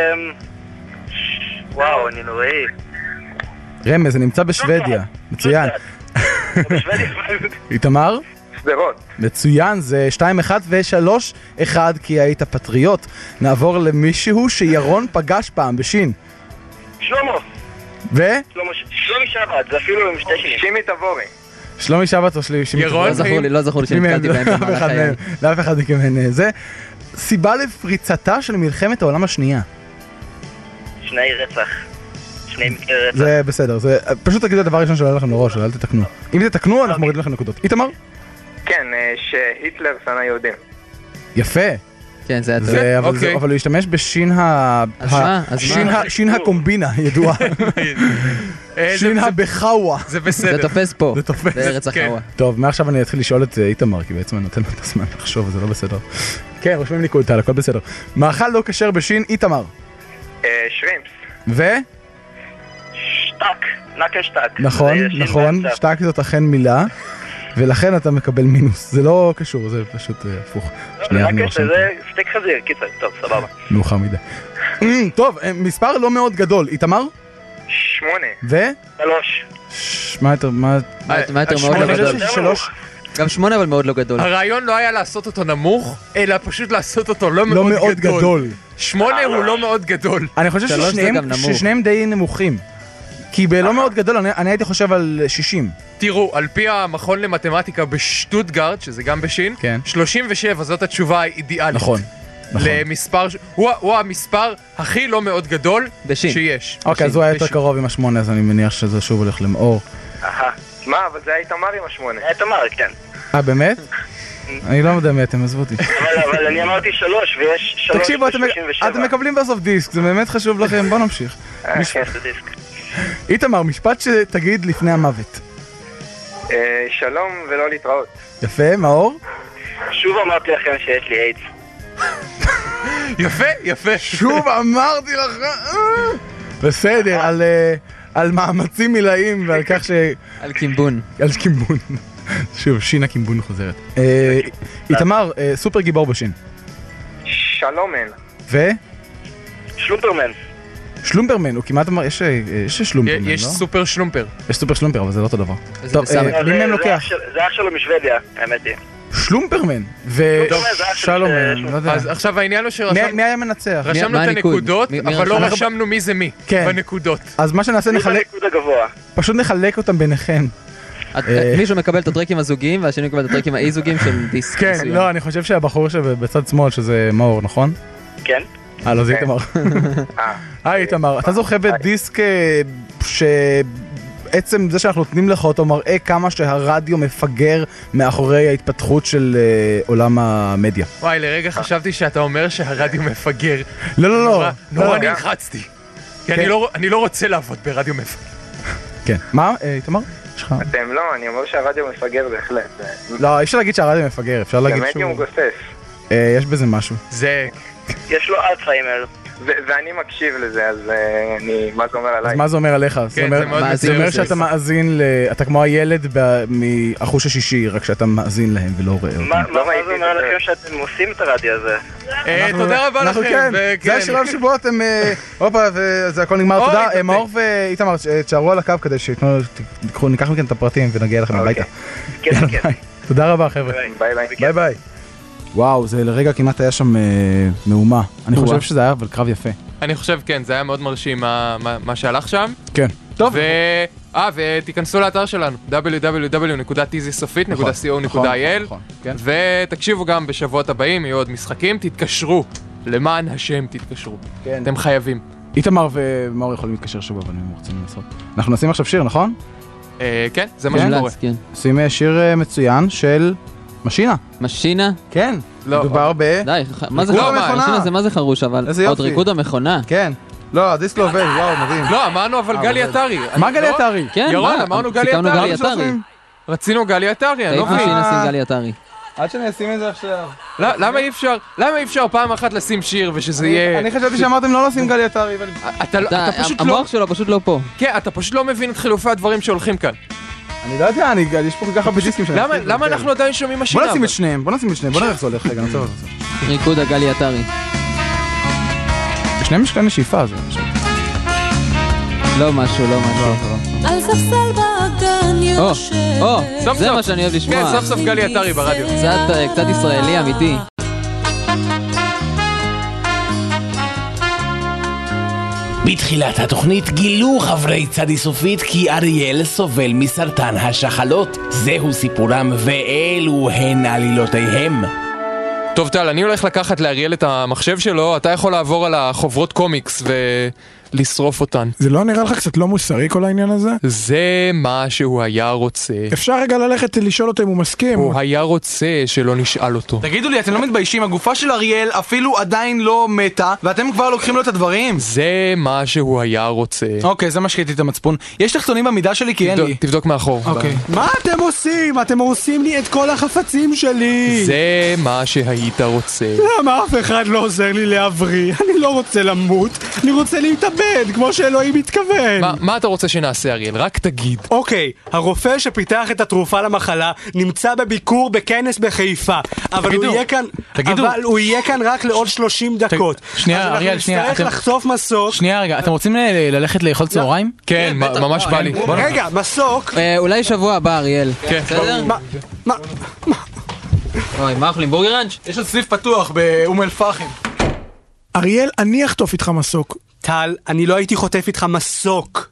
וואו, אני נוראי. רמז, זה נמצא בשוודיה. מצוין. איתמר? שדרות. מצוין, זה 2-1 ו3-1 כי היית פטריוט. נעבור למישהו שירון פגש פעם בשין. שלמה. שלומי שבת, זה אפילו עם 2 שנים. שימי תבורי. שלומי שבת או שימי תבורי? לא זכור לי שנתקלתי בהם במהלך היום. לאף אחד מכם אין זה. סיבה לפריצתה של מלחמת העולם השנייה. שני רצח. זה בסדר, פשוט תגידו את הדבר הראשון שעולה לכם לראש, אל תתקנו. אם תתקנו, אנחנו מורידים לכם נקודות. איתמר? כן, שהיטלר שנא יהודים. יפה. כן, זה היה טוב. אבל הוא השתמש בשין הקומבינה, ידועה. שין הבחאווה. זה בסדר. זה תופס פה, בארץ החאווה. טוב, מעכשיו אני אתחיל לשאול את איתמר, כי בעצם אני נותן לו את הזמן לחשוב, זה לא בסדר. כן, רושמים ניקוד טל, הכל בסדר. מאכל לא כשר בשין, איתמר. שרימפס. שטק, נקה שטק. נכון, שטק זאת אכן מילה, ולכן אתה מקבל מינוס. זה לא קשור, זה פשוט הפוך. נקה שזה סטייק חזיר, קיצר, טוב, סבבה. מאוחר מדי. טוב, מספר לא מאוד גדול, איתמר? 8. ו? 3. מה יותר מאוד לא גדול? גם 8 אבל מאוד לא גדול. הרעיון לא היה לעשות אותו נמוך, אלא פשוט לעשות אותו לא מאוד גדול. 8 הוא לא מאוד גדול. אני חושב ששניהם די נמוכים. כי בלא מאוד גדול, אני הייתי חושב על 60. תראו, על פי המכון למתמטיקה בשטוטגרד, שזה גם בשין, 37 זאת התשובה האידיאלית. נכון. למספר, הוא המספר הכי לא מאוד גדול שיש. אוקיי, אז הוא היה יותר קרוב עם 8, אז אני מניח שזה שוב הולך למאור. מה, אבל זה היה תמר עם 8. היה תמר, כן. באמת? אני לא יודע מי אתם, עזבו אותי. אבל אני אמרתי 3 ויש 3 תקשיבו, אתם מקבלים בסוף דיסק, זה באמת חשוב לכם, בוא נמשיך. איתמר, משפט שתגיד לפני המוות. שלום ולא להתראות. יפה, מאור? שוב אמרתי לכם שיש לי איידס. יפה. שוב אמרתי לכם. בסדר, על מאמצים מילאים ועל כך ש... על קימבון. על קימבון. שוב, שין הקימבון חוזרת. איתמר, סופר גיבור בשין. שלומן. ו? שלומפרמן. שלומפרמן, הוא כמעט אמר, יש שלומפרמן, לא? יש סופר שלומפר. יש סופר שלומפר, אבל זה לא אותו דבר. טוב, מי מהם לוקח? זה אח שלו משוודיה, האמת היא. שלומפרמן ושלומן, לא יודע. אז עכשיו העניין הוא מי היה מנצח? רשמנו את הנקודות, אבל לא רשמנו מי זה מי בנקודות. אז מה שנעשה פשוט נחלק אותם ביניכם. מישהו מקבל את הטרקים הזוגיים והשני מקבל את הטרקים האי-זוגיים של דיסק. כן, לא, אני חושב שהבחור שבצד שמאל שזה מאור, נכון? כן. לא, זה איתמר. היי, איתמר, אתה זוכה בדיסק עצם זה שאנחנו נותנים לך אותו מראה כמה שהרדיו מפגר מאחורי ההתפתחות של עולם המדיה. וואי, לרגע חשבתי שאתה אומר שהרדיו מפגר. לא. נורא נלחצתי. כי אני לא רוצה לעבוד ברדיו מפגר. כן. מה, איתמר? אתם לא, אני אומר שהרדיו מפגר בהחלט. לא, אי אפשר להגיד שהרדיו מפגר, אפשר להגיד שהוא... המדיום גוסס. יש בזה משהו. יש לו אלצהיימר. ואני מקשיב לזה, אז מה זה אומר עליי? אז מה זה אומר עליך? זה אומר שאתה מאזין, אתה כמו הילד מהחוש השישי, רק שאתה מאזין להם ולא רואה אותם. מה זה אומר לכם שאתם עושים את הרדיו הזה? תודה רבה לכם. זה השלב שבו אתם, הופה, וזה הכל נגמר. תודה, מאור ואיתמר, תשארו על הקו כדי שניקח מכם את הפרטים ונגיע לכם הביתה. כן. תודה רבה חבר'ה. ביי ביי. וואו, זה לרגע כמעט היה שם מהומה. אני חושב שזה היה אבל קרב יפה. אני חושב, כן, זה היה מאוד מרשים מה שהלך שם. כן. טוב. ותיכנסו לאתר שלנו, www.tizysofit.co.il ותקשיבו גם בשבועות הבאים, יהיו עוד משחקים, תתקשרו. למען השם תתקשרו. אתם חייבים. איתמר ומאור יכולים להתקשר שבוע, אבל הם רוצים לעשות. אנחנו נשים עכשיו שיר, נכון? כן, זה מה שקורה. שים שיר מצוין של... משינה? כן. מדובר ב... די, מה זה משינה? זה מה זה חרוש, אבל עוד ריקוד המכונה. כן. לא, הדיסק לא עובד, וואו, מדהים. לא, אמרנו אבל גלי עטרי. מה גלי עטרי? כן, ירון, אמרנו גלי עטרי. רצינו גלי עטרי, אני לא מבין. נשים גלי עטרי. עד שאני אשים את זה עכשיו. למה אי אפשר פעם אחת לשים שיר ושזה יהיה... אני חשבתי שאמרתם לא לשים גלי עטרי. אתה פשוט לא... המוח שלו פשוט לא פה. כן, אתה פשוט לא מבין את חילופי הדברים שהולכים כאן. אני לא יודע, יש פה ככה בדיסקים שאני... למה אנחנו עדיין שומעים משינה? בוא נשים את שניהם, בוא נראה איך זה הולך רגע, נצא. ריקוד הגלי עטרי. שניהם יש כאן נשיפה, זה משהו. לא משהו. על ספסל באגן יושב. זה מה שאני אוהב לשמוע. כן, סוף סוף גלי עטרי ברדיו. זה קצת ישראלי אמיתי. בתחילת התוכנית גילו חברי צדי סופית כי אריאל סובל מסרטן השחלות. זהו סיפורם ואלו הן עלילותיהם. טוב טל, אני הולך לקחת לאריאל את המחשב שלו, אתה יכול לעבור על החוברות קומיקס ולשרוף אותן. זה לא נראה לך קצת לא מוסרי כל העניין הזה? זה מה שהוא היה רוצה. אפשר רגע ללכת לשאול אותו אם הוא מסכים. הוא היה רוצה שלא נשאל אותו. תגידו לי, אתם לא מתביישים? הגופה של אריאל אפילו עדיין לא מתה, ואתם כבר לוקחים לו את הדברים? זה מה שהוא היה רוצה. אוקיי, זה מה שקראתי את המצפון. יש תחתונים במידה שלי כי אין לי. תבדוק מאחור. אוקיי. מה אתם עושים? אתם הורסים לי את כל החפצים שלי. זה מה שהיית רוצה. למה אף אחד לא עוזר לי להבריא? אני לא רוצה למות, אני רוצה להתאבד, כמו שאלוהים מתכוון. מה אתה רוצה שנעשה, אריאל? רק תגיד. אוקיי, הרופא שפיתח את התרופה למחלה נמצא בביקור בכנס בחיפה, אבל הוא יהיה כאן רק לעוד 30 דקות. שנייה, אריאל, שנייה. אז אנחנו נצטרך לחטוף מסוק. שנייה רגע, אתם רוצים ללכת לאכול צהריים? כן, ממש בא לי. רגע, מסוק. אולי שבוע הבא, אריאל. כן. בסדר? אוי, מה אוכלים? בורגראנץ'? יש עוד סניף פתוח באום אל פחם. אריאל, אני אחטוף איתך מסוק. טל, אני לא הייתי חוטף איתך מסוק.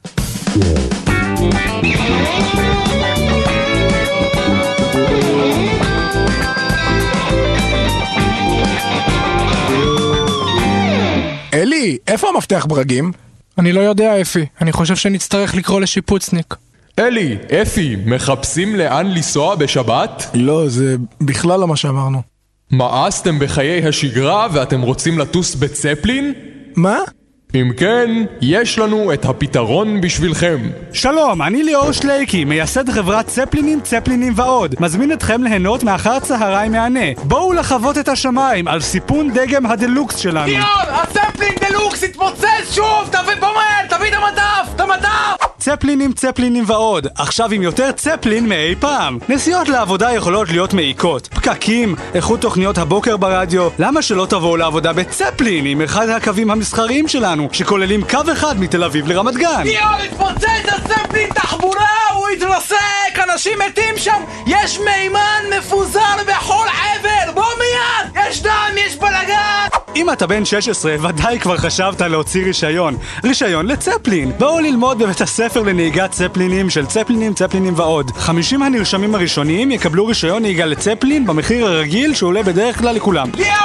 אלי, איפה המפתח ברגים? אני לא יודע, אפי. אני חושב שנצטרך לקרוא לשיפוצניק. אלי, אפי, מחפשים לאן לנסוע בשבת? לא, זה בכלל לא מה שאמרנו. מאסתם בחיי השגרה ואתם רוצים לטוס בצפלין? מה? אם כן, יש לנו את הפתרון בשבילכם. שלום, אני ליאור שלייקי, מייסד חברת צפלינים ועוד. מזמין אתכם ליהנות מאחר צהריים מהנה. בואו לחוות את השמיים על סיפון דגם הדלוקס שלנו. ליאור, הצפלין דלוקס התפוצץ שוב! תביא את המדף! צפלינים ועוד. עכשיו עם יותר צפלין מאי פעם. נסיעות לעבודה יכולות להיות מעיקות. פקקים, איכות תוכניות הבוקר ברדיו. למה שלא תבואו לעבודה בצפלין עם אחד הקווים המסחריים שלנו, שכוללים קו אחד מתל אביב לרמת גן? ליאור, התפוצץ הצפלין תחבורה! הוא התרסק! אנשים מתים שם! יש מימן מפוזר בכל עבר! בוא מיד! יש דם, יש בלגן! אם אתה בן 16, ודאי כבר חשבת להוציא רישיון לצפלין. בואו ללמוד בבית הספר לנהיגת צפלינים של צפלינים ועוד. 50 הנרשמים הראשונים יקבלו רישיון נהיגה לצפלין במחיר הרגיל שעולה בדרך כלל לכולם. ליאור!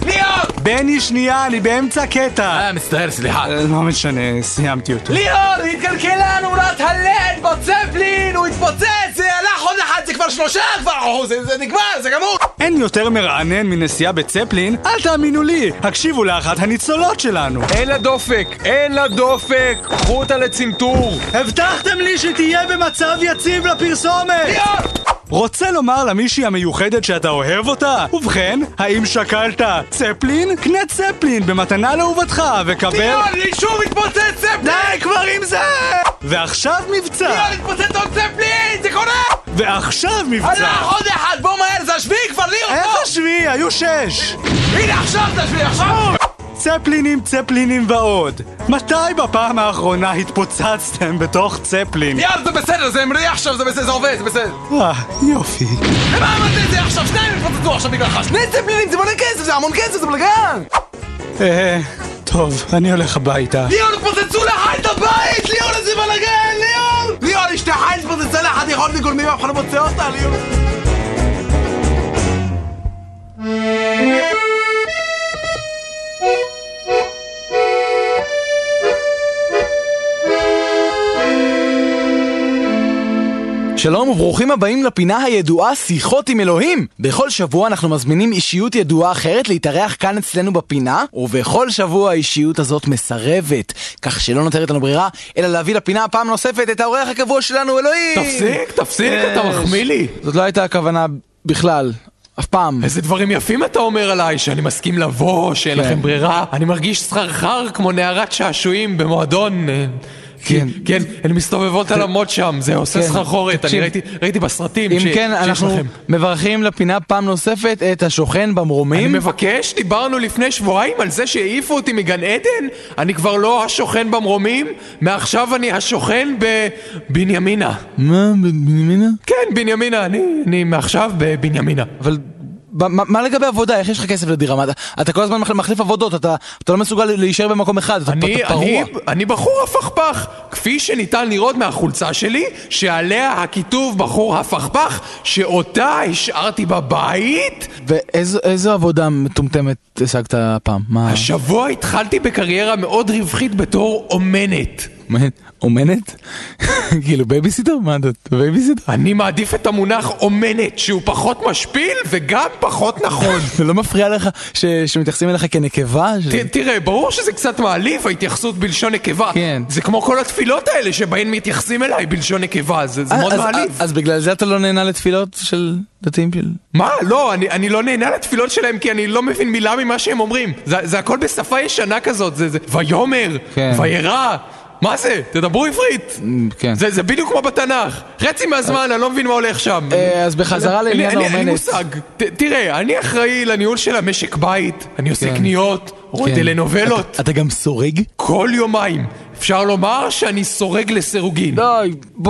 ליאור! בני, שנייה, אני באמצע קטע. מצטער, סליחה. לא משנה, סיימתי אותו. ליאור, התקלקל לנו רת הלד בצפלין, הוא התפוצץ, זה הלך עוד אחד, זה כבר 3 כבר, זה נגמר, זה גמור. אין יותר מרענן מנסיעה בצפלין, אל תאמינו לי, הקשיבו לאחת הניצולות שלנו. אין לה דופק, אין לה דופק, קחו אותה לצנתור. הבטחתם לי שתהיה במצב יציב לפרסומת. ליאור! רוצה לומר למישהי המיוחדת שאתה אוהב אותה? ובכן, האם שקלת צפלין? קנה צפלין במתנה לאהובתך וקבל... ליאור, לי שוב התפוצץ צפלין! די כבר עם זה! ועכשיו מבצע! ליאור, התפוצץ עוד צפלין! זה קורה! ועכשיו מבצע! הלך עוד אחד! בוא מהר, זה השביעי כבר, ליאור! איך השביעי? היו 6! הנה עכשיו זה השביעי, עכשיו! צפלינים ועוד. מתי בפעם האחרונה התפוצצתם בתוך צפלין? יאללה, זה בסדר, זה המריא עכשיו, זה בסדר, זה עובד, זה בסדר. יופי. מה אמרת זה עכשיו? 2 התפוצצו עכשיו בגללך, 2 צפלינים, זה מלא כסף, זה המון כסף, זה בלגן! טוב, אני הולך הביתה. ליאור, התפוצצו לך את הבית! ליאור, זה בלגן, ליאור! ליאור, אשתך התפוצצה לך, אני יכול לגולמים, אף אחד לא מוצא אותה, ליאור. שלום וברוכים הבאים לפינה הידועה שיחות עם אלוהים. בכל שבוע אנחנו מזמינים אישיות ידועה אחרת להתארח כאן אצלנו בפינה, ובכל שבוע האישיות הזאת מסרבת, כך שלא נותרת לנו ברירה אלא להביא לפינה פעם נוספת את האורח הקבוע שלנו, אלוהים. תפסיק, אתה מחמיא לי. זאת לא הייתה הכוונה בכלל. אף פעם. איזה דברים יפים אתה אומר עליי, שאני מסכים לבוא, שאין לכם ברירה. אני מרגיש סחרחר כמו נערת שעשועים במועדון. כן, הן מסתובבות על המות שם, זה עושה סחרחורת, אני ראיתי בסרטים שיש לכם. אם כן, אנחנו מברכים לפינה פעם נוספת את השוכן במרומים. אני מבקש, דיברנו לפני שבועיים על זה שהעיפו אותי מגן עדן, אני כבר לא השוכן במרומים, מעכשיו אני השוכן בבנימינה. מה, בבנימינה? כן, בנימינה, אני מעכשיו בבנימינה. אבל... מה לגבי עבודה? איך יש לך כסף לדירה? אתה כל הזמן מחליף עבודות, אתה לא מסוגל להישאר במקום אחד, אתה פרוע. אני בחור הפכפך, כפי שניתן לראות מהחולצה שלי, שעליה הכיתוב בחור הפכפך, שאותה השארתי בבית. ואיזו עבודה מטומטמת השגת הפעם? השבוע התחלתי בקריירה מאוד רווחית בתור אומנת. אומנת? כאילו בייביסיטר? מה אתה בייביסיטר? אני מעדיף את המונח אומנת, שהוא פחות משפיל וגם פחות נכון. זה לא מפריע לך שמתייחסים אליך כנקבה? תראה, ברור שזה קצת מעליב ההתייחסות בלשון נקבה. זה כמו כל התפילות האלה שבהן מתייחסים אליי בלשון נקבה, זה מאוד מעליב. אז בגלל זה אתה לא נהנה לתפילות של דתיים של... מה? לא, אני לא נהנה לתפילות שלהם כי אני לא מבין מילה ממה שהם אומרים. זה הכל בשפה ישנה כזאת, זה ויומר, וירא. מה זה? תדברו עברית. כן. זה בדיוק כמו בתנ"ך. חצי מהזמן, אני לא מבין מה הולך שם. אז בחזרה לעניין האומנת. אין לי מושג. תראה, אני אחראי לניהול של המשק בית, אני עושה קניות, רואה טלנובלות. אתה גם סורג? כל יומיים. אפשר לומר שאני סורג לסירוגין. די,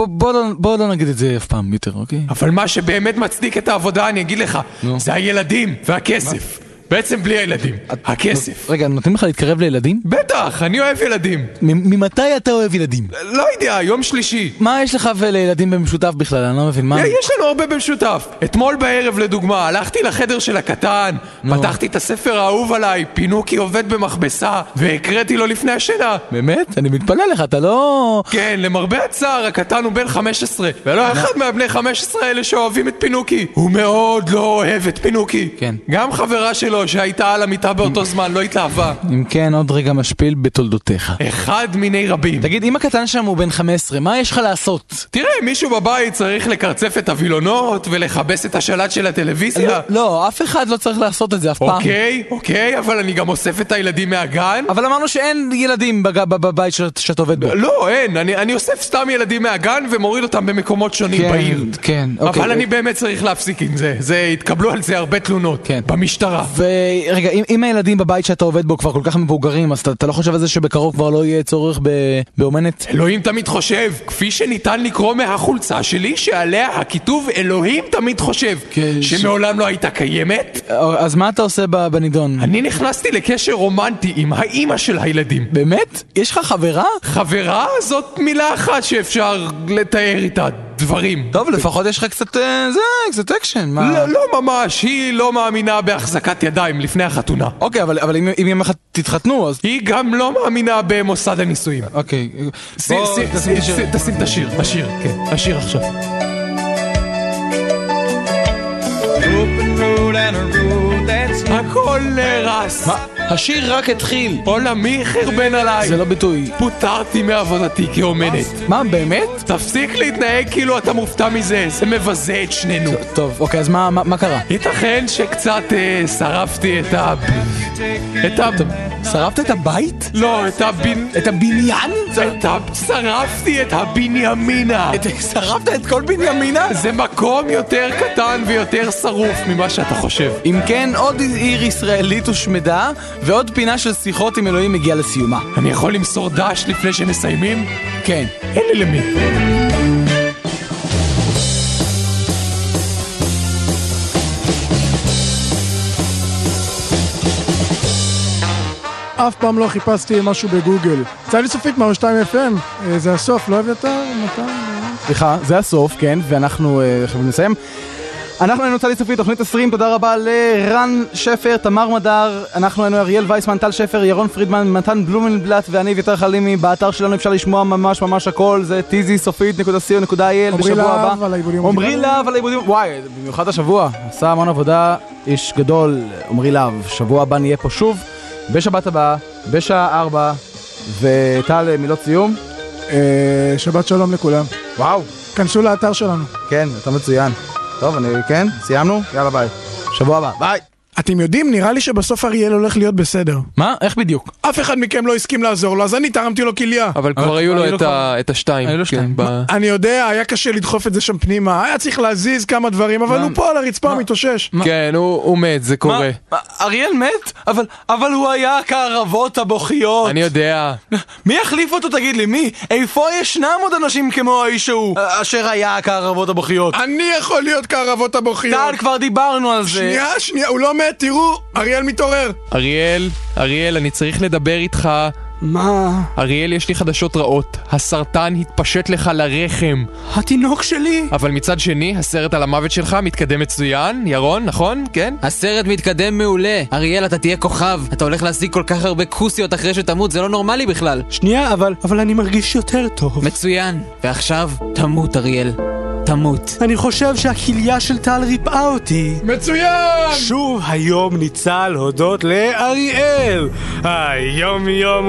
בוא לא נגיד את זה אף פעם יותר, אוקיי? אבל מה שבאמת מצדיק את העבודה, אני אגיד לך, זה הילדים והכסף. בעצם בלי הילדים, הכסף. רגע, נותנים לך להתקרב לילדים? בטח, אני אוהב ילדים. ממתי אתה אוהב ילדים? לא יודע, יום שלישי. מה יש לך ולילדים במשותף בכלל? אני לא מבין, מה? יש לנו הרבה במשותף. אתמול בערב לדוגמה, הלכתי לחדר של הקטן, פתחתי את הספר האהוב עליי, פינוקי עובד במכבסה, והקראתי לו לפני השינה. באמת? אני מתפלא לך, אתה לא... כן, למרבה הצער, הקטן הוא בן 15, ולא אחד מהבני 15 האלה שאוהבים את פינוקי. הוא מאוד לא אוהב את פינוקי. כן. גם חברה שלו שהייתה על המיטה באותו זמן לא התלהבה. אם כן, עוד רגע משפיל בתולדותיך. אחד מיני רבים. תגיד, אם הקטן שם הוא בן 15, מה יש לך לעשות? תראה, מישהו בבית צריך לקרצף את הווילונות ולחבס את השלט של הטלוויזיה. לא, אף אחד לא צריך לעשות את זה אף פעם. אוקיי, אבל אני גם אוסף את הילדים מהגן. אבל אמרנו שאין ילדים בבית שאתה עובד בו. לא, אין. אני אוסף סתם ילדים מהגן ומוריד אותם במקומות שונים בעיר. כן, אבל אני באמת צריך להפסיק עם זה. התקבלו על זה הרבה תלונות. במשטרה. רגע, אם הילדים בבית שאתה עובד בו כבר כל כך מבוגרים, אז אתה לא חושב על זה שבקרוב כבר לא יהיה צורך באומנת? אלוהים תמיד חושב, כפי שניתן לקרוא מהחולצה שלי, שעליה הכיתוב אלוהים תמיד חושב, שמעולם לא הייתה קיימת. אז מה אתה עושה בנידון? אני נכנסתי לקשר רומנטי עם האמא של הילדים. באמת? יש לך חברה? חברה? זאת מילה אחת שאפשר לתאר איתה. דברים. טוב, לפחות יש לך קצת אקשן. לא ממש, היא לא מאמינה בהחזקת ידיים לפני החתונה. אוקיי, אבל אם יום אחד תתחתנו, אז... היא גם לא מאמינה במוסד הנישואים. אוקיי. תשים את השיר, השיר עכשיו. הכל נרס. מה? השיר רק התחיל. עולמי חרבן עליי. זה לא ביטוי. פוטרתי מעבודתי כאומנת. מה, באמת? תפסיק להתנהג כאילו אתה מופתע מזה, זה מבזה את שנינו. טוב, אוקיי, אז מה קרה? ייתכן שקצת שרפתי שרפת את הבית? לא, את הבניין? שרפתי את הבנימינה. שרפת את כל בנימינה? זה מקום יותר קטן ויותר שרוף ממה שאתה חושב. אם כן, עוד עיר ישראלית הושמדה, ועוד פינה של שיחות עם אלוהים הגיעה לסיומה. אני יכול למסור דש לפני שמסיימים? כן. אין לי למי. אף פעם לא חיפשתי משהו בגוגל. צא לי סופית מה 2 FM. זה הסוף, לא אביתר? סליחה, זה הסוף, כן, ואנחנו חייבים לסיים. אנחנו היינו צא לי סופית, תוכנית 20, תודה רבה לרן שפר, תמר מדר, אנחנו היינו אריאל וייסמן, טל שפר, ירון פרידמן, מתן בלומנבלט ואני ויתר חלימי. באתר שלנו אפשר לשמוע ממש הכל, זה tzsofit.co.il. בשבוע הבא עומרי להב על העיבודים. וואי, במיוחד השבוע, עשה המון עבודה, איש גדול, עומרי להב. שבוע הבא נהיה פה שוב בשבת הבאה, בשעה 4, וטל, מילות סיום. שבת שלום לכולם. וואו. כנסו לאתר שלנו. כן, אתה מצוין. טוב, כן, סיימנו? יאללה ביי. שבוע הבא, ביי. אתם יודעים, נראה לי שבסוף אריאל הולך להיות בסדר. מה? איך בדיוק? אף אחד מכם לא הסכים לעזור לו, אז אני תרמתי לו כליה. אבל כבר היו לו את השתיים. אני יודע, היה קשה לדחוף את זה שם פנימה, היה צריך להזיז כמה דברים, אבל הוא פה על הרצפה מתאושש. כן, הוא מת, זה קורה. אריאל מת? אבל הוא היה כערבות הבוכיות. אני יודע. מי יחליף אותו, תגיד לי, מי? איפה ישנם עוד אנשים כמו האיש ההוא, אשר היה כערבות הבוכיות? אני יכול להיות כערבות הבוכיות. טל, כבר דיברנו על זה. שנייה, הוא לא מת. תראו, אריאל מתעורר. אריאל, אני צריך לדבר איתך. מה? אריאל, יש לי חדשות רעות. הסרטן התפשט לך לרחם. התינוק שלי. אבל מצד שני, הסרט על המוות שלך מתקדם מצוין. ירון, נכון? כן? הסרט מתקדם מעולה. אריאל, אתה תהיה כוכב. אתה הולך להשיג כל כך הרבה כוסיות אחרי שתמות, זה לא נורמלי בכלל. שנייה, אבל אני מרגיש יותר טוב. מצוין. ועכשיו, תמות, אריאל. תמות. אני חושב שהכליה של טל ריפאה אותי. מצוין! שוב היום ניצל הודות לאריאל. היום יום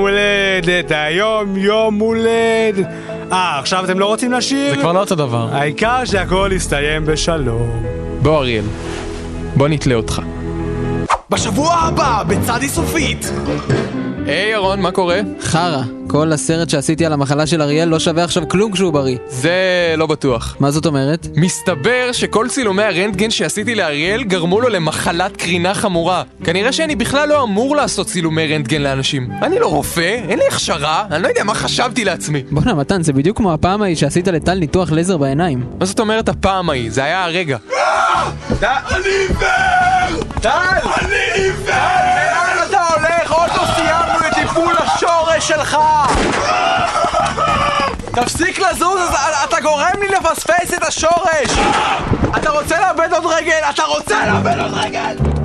הולדת. עכשיו אתם לא רוצים לשיר? זה כבר לא אותו דבר. העיקר שהכל יסתיים בשלום. בוא אריאל, בוא נתלה אותך. בשבוע הבא, בצדי סופית. היי ירון, מה קורה? חרה, כל הסרט שעשיתי על המחלה של אריאל לא שווה עכשיו כלום כשהוא בריא. זה לא בטוח. מה זאת אומרת? מסתבר שכל צילומי הרנטגן שעשיתי לאריאל גרמו לו למחלת קרינה חמורה. כנראה שאני בכלל לא אמור לעשות צילומי רנטגן לאנשים. אני לא רופא, אין לי הכשרה, אני לא יודע מה חשבתי לעצמי. בוא'נה מתן, זה בדיוק כמו הפעם ההיא שעשית לטל ניתוח לייזר בעיניים. מה זאת אומרת הפעם ההיא? זה היה הרגע. אני עיוור! טל! אני עיוור! לאן אתה הולך? עוד לא סיימנו את טיפול השורש שלך! תפסיק לזוז, אתה גורם לי לפספס את השורש! אתה רוצה לאבד עוד רגל?